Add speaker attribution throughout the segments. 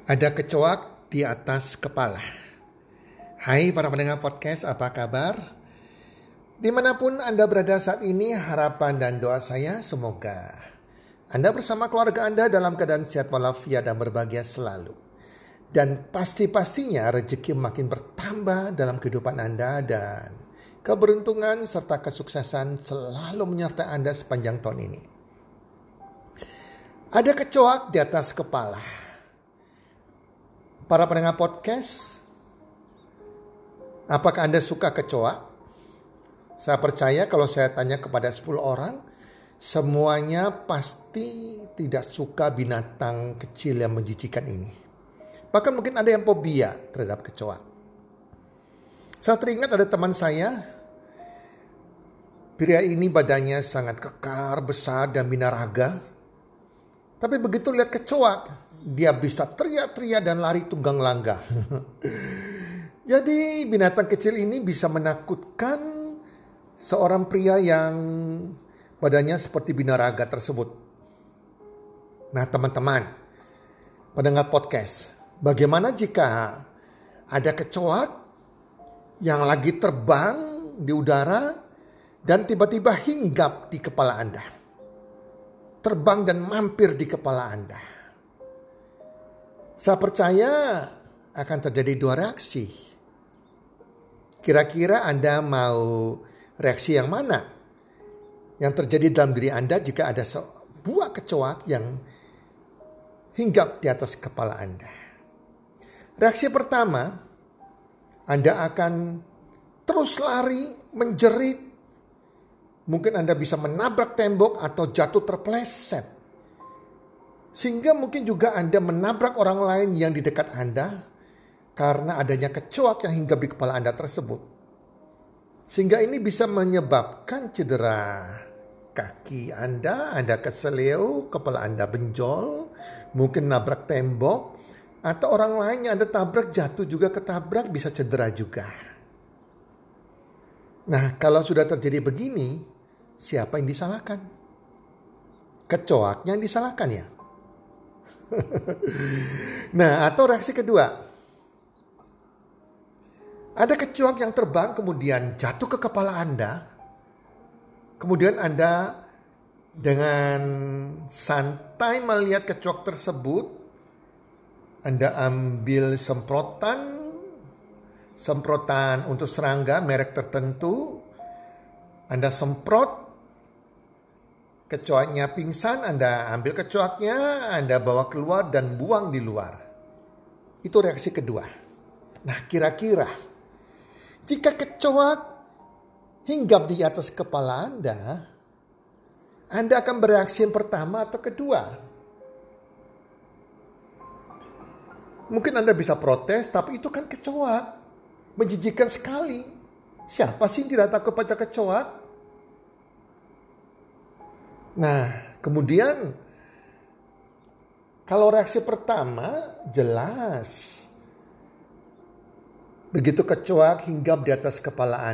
Speaker 1: Ada kecoak di atas kepala. Hai para pendengar podcast, apa kabar? Dimanapun Anda berada saat ini, harapan dan doa saya semoga Anda bersama keluarga Anda dalam keadaan sehat walafiat dan berbahagia selalu. Dan pasti-pastinya rezeki makin bertambah dalam kehidupan Anda dan keberuntungan serta kesuksesan selalu menyertai Anda sepanjang tahun ini. Ada kecoak di atas kepala. Para pendengar podcast, apakah Anda suka kecoak? Saya percaya kalau saya tanya kepada 10 orang, semuanya pasti tidak suka binatang kecil yang menjijikan ini. Bahkan mungkin ada yang fobia terhadap kecoak. Saya teringat ada teman saya, pria ini badannya sangat kekar, besar dan binaraga. Tapi begitu lihat kecoak, dia bisa teriak-teriak dan lari tunggang langgang. Jadi binatang kecil ini bisa menakutkan seorang pria yang badannya seperti binaraga tersebut. Nah teman-teman, pendengar podcast, bagaimana jika ada kecoak yang lagi terbang di udara dan tiba-tiba hinggap di kepala Anda? Terbang dan mampir di kepala Anda. Saya percaya akan terjadi dua reaksi. Kira-kira Anda mau reaksi yang mana? Yang terjadi dalam diri Anda jika ada sebuah kecoak yang hinggap di atas kepala Anda. Reaksi pertama, Anda akan terus lari, menjerit. Mungkin Anda bisa menabrak tembok atau jatuh terpeleset. Sehingga mungkin juga Anda menabrak orang lain yang di dekat Anda karena adanya kecoak yang hinggap di kepala Anda tersebut. Sehingga ini bisa menyebabkan cedera kaki Anda keseleo, kepala Anda benjol, mungkin nabrak tembok, atau orang lain yang Anda tabrak jatuh juga ketabrak bisa cedera juga. Nah, kalau sudah terjadi begini, siapa yang disalahkan? Kecoaknya yang disalahkan ya? Nah, atau reaksi kedua. Ada kecoak yang terbang kemudian jatuh ke kepala Anda. Kemudian Anda dengan santai melihat kecoak tersebut. Anda ambil semprotan untuk serangga merek tertentu. Anda semprot. Kecoaknya pingsan, Anda ambil kecoaknya, Anda bawa keluar dan buang di luar. Itu reaksi kedua. Nah, kira-kira jika kecoak hinggap di atas kepala Anda akan bereaksi yang pertama atau kedua? Mungkin Anda bisa protes, tapi itu kan kecoak. Menjijikkan sekali. Siapa sih yang tidak takut pada kecoak? Nah, kemudian kalau reaksi pertama jelas. Begitu kecoak hinggap di atas kepala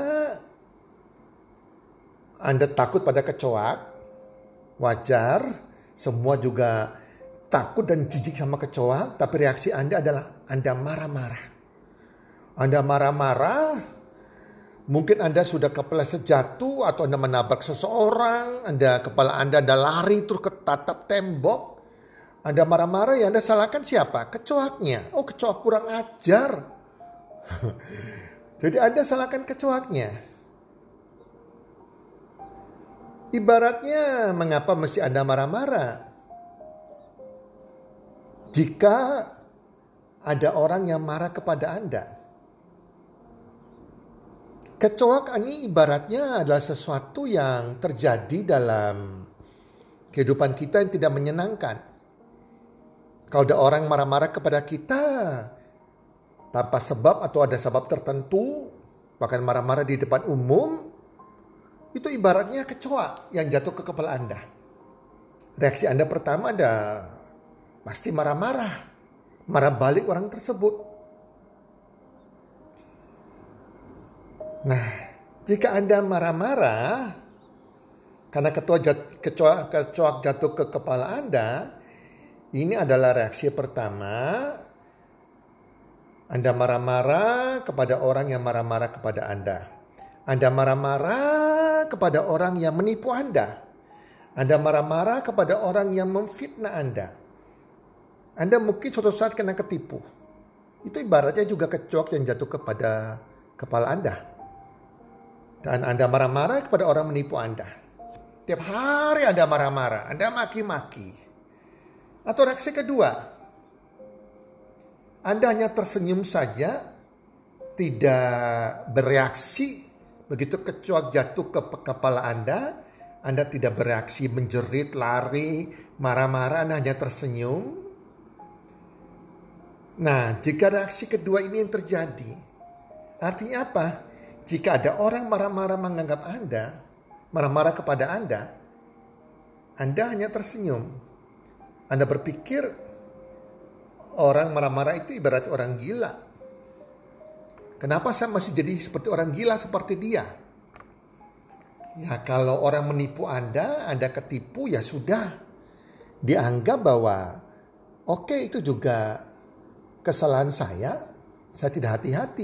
Speaker 1: Anda takut pada kecoak, wajar. Semua juga takut dan jijik sama kecoak, tapi reaksi Anda adalah Anda marah-marah. Anda marah-marah. Mungkin Anda sudah kepleset jatuh atau Anda menabrak seseorang. Kepala Anda lari terus ketatap tembok. Anda marah-marah ya Anda salahkan siapa? Kecoaknya. Oh kecoak kurang ajar. Jadi Anda salahkan kecoaknya. Ibaratnya mengapa mesti Anda marah-marah? Jika ada orang yang marah kepada Anda. Kecoak ini ibaratnya adalah sesuatu yang terjadi dalam kehidupan kita yang tidak menyenangkan. Kalau ada orang marah-marah kepada kita tanpa sebab atau ada sebab tertentu, bahkan marah-marah di depan umum, itu ibaratnya kecoak yang jatuh ke kepala Anda. Reaksi Anda pertama ada pasti marah-marah, marah balik orang tersebut. Nah, jika Anda marah karena kecoak jatuh ke kepala Anda, Ini adalah reaksi pertama. Anda marah-marah kepada orang yang marah-marah kepada Anda. Anda marah-marah kepada orang yang menipu Anda. Anda marah-marah kepada orang yang memfitnah Anda. Anda mungkin suatu saat kena ketipu. Itu ibaratnya juga kecoak yang jatuh kepada kepala Anda. Dan Anda marah-marah kepada orang menipu Anda. Tiap hari Anda marah-marah, Anda maki-maki. Atau reaksi kedua, Anda hanya tersenyum saja, tidak bereaksi. Begitu kecoak jatuh ke kepala Anda tidak bereaksi, menjerit, lari, marah-marah, Anda hanya tersenyum. Nah, jika reaksi kedua ini yang terjadi, artinya apa? Jika ada orang marah-marah menganggap Anda, marah-marah kepada Anda hanya tersenyum. Anda berpikir orang marah-marah itu ibarat orang gila. Kenapa saya masih jadi seperti orang gila seperti dia? Ya kalau orang menipu Anda ketipu, ya sudah. Dianggap bahwa oke, itu juga kesalahan saya tidak hati-hati.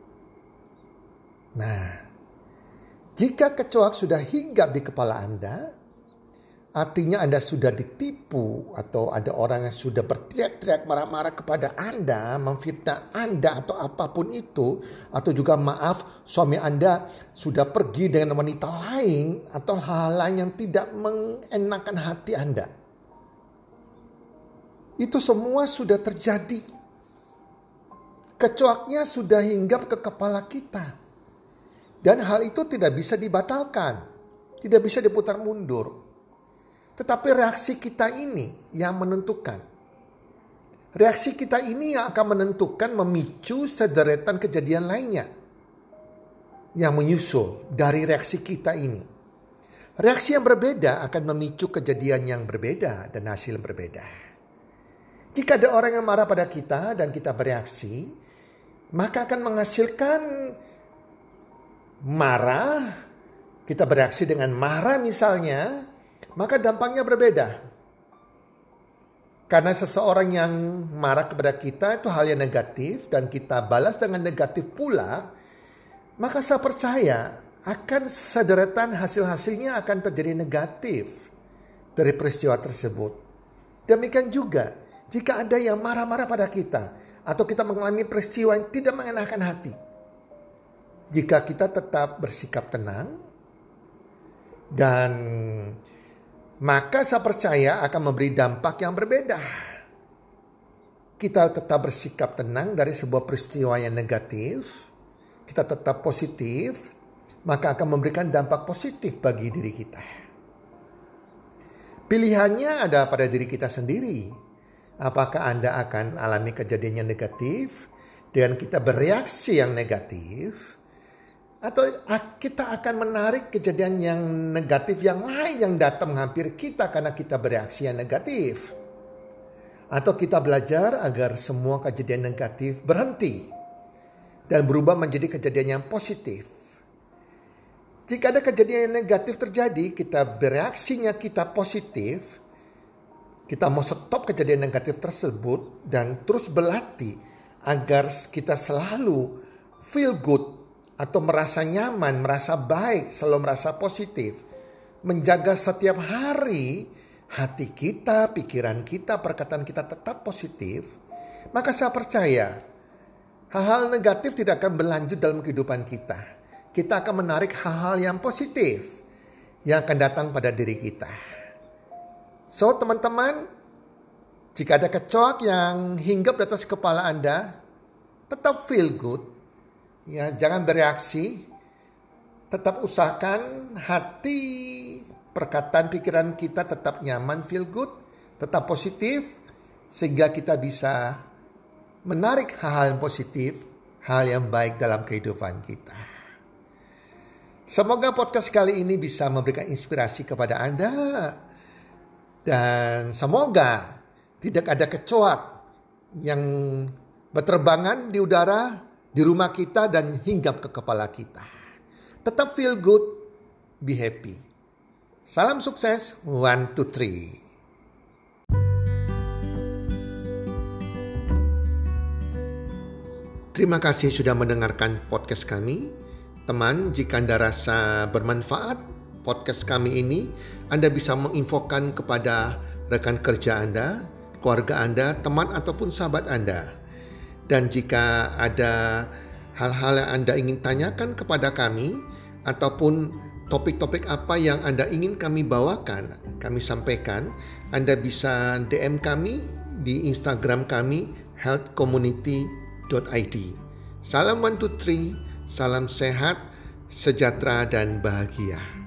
Speaker 1: Nah, jika kecoak sudah hinggap di kepala Anda, artinya Anda sudah ditipu atau ada orang yang sudah berteriak-teriak marah-marah kepada Anda, memfitnah Anda atau apapun itu, atau juga maaf suami Anda sudah pergi dengan wanita lain atau hal-hal lain yang tidak mengenakan hati Anda. Itu semua sudah terjadi. Kecoaknya sudah hinggap ke kepala kita. Dan hal itu tidak bisa dibatalkan. Tidak bisa diputar mundur. Tetapi reaksi kita ini yang menentukan. Reaksi kita ini yang akan menentukan, memicu sederetan kejadian lainnya. Yang menyusul dari reaksi kita ini. Reaksi yang berbeda akan memicu kejadian yang berbeda dan hasil berbeda. Jika ada orang yang marah pada kita dan kita bereaksi, maka akan menghasilkan marah. Kita bereaksi dengan marah misalnya, maka dampaknya berbeda. Karena seseorang yang marah kepada kita itu hal yang negatif dan kita balas dengan negatif pula, maka saya percaya akan sederetan hasil-hasilnya akan terjadi negatif dari peristiwa tersebut. Demikian juga jika ada yang marah-marah pada kita atau kita mengalami peristiwa yang tidak mengenakan hati. Jika kita tetap bersikap tenang dan maka saya percaya akan memberi dampak yang berbeda. Kita tetap bersikap tenang dari sebuah peristiwa yang negatif. Kita tetap positif, maka akan memberikan dampak positif bagi diri kita. Pilihannya ada pada diri kita sendiri. Apakah Anda akan alami kejadian yang negatif dan kita bereaksi yang negatif, atau kita akan menarik kejadian yang negatif yang lain yang datang menghampiri kita karena kita bereaksi yang negatif? Atau kita belajar agar semua kejadian negatif berhenti dan berubah menjadi kejadian yang positif. Jika ada kejadian yang negatif terjadi, kita bereaksinya kita positif, kita mau stop kejadian negatif tersebut dan terus berlatih agar kita selalu feel good atau merasa nyaman, merasa baik, selalu merasa positif. Menjaga setiap hari hati kita, pikiran kita, perkataan kita tetap positif. Maka saya percaya hal-hal negatif tidak akan berlanjut dalam kehidupan kita. Kita akan menarik hal-hal yang positif yang akan datang pada diri kita. So teman-teman, jika ada kecoak yang hinggap di atas kepala Anda, tetap feel good. Ya, jangan bereaksi. Tetap usahakan hati, perkataan, pikiran kita tetap nyaman, feel good, tetap positif, sehingga kita bisa menarik hal-hal yang positif, hal yang baik dalam kehidupan kita. Semoga podcast kali ini bisa memberikan inspirasi kepada Anda. Dan semoga tidak ada kecoak yang berterbangan di udara, di rumah kita dan hinggap ke kepala kita. Tetap feel good, be happy. Salam sukses, 1, 2, 3. Terima kasih sudah mendengarkan podcast kami. Teman, jika Anda rasa bermanfaat podcast kami ini, Anda bisa menginfokan kepada rekan kerja Anda, keluarga Anda, teman ataupun sahabat Anda. Dan jika ada hal-hal yang Anda ingin tanyakan kepada kami, ataupun topik-topik apa yang Anda ingin kami bawakan, kami sampaikan, Anda bisa DM kami di Instagram kami healthcommunity.id. Salam 1, 2, 3, salam sehat, sejahtera dan bahagia.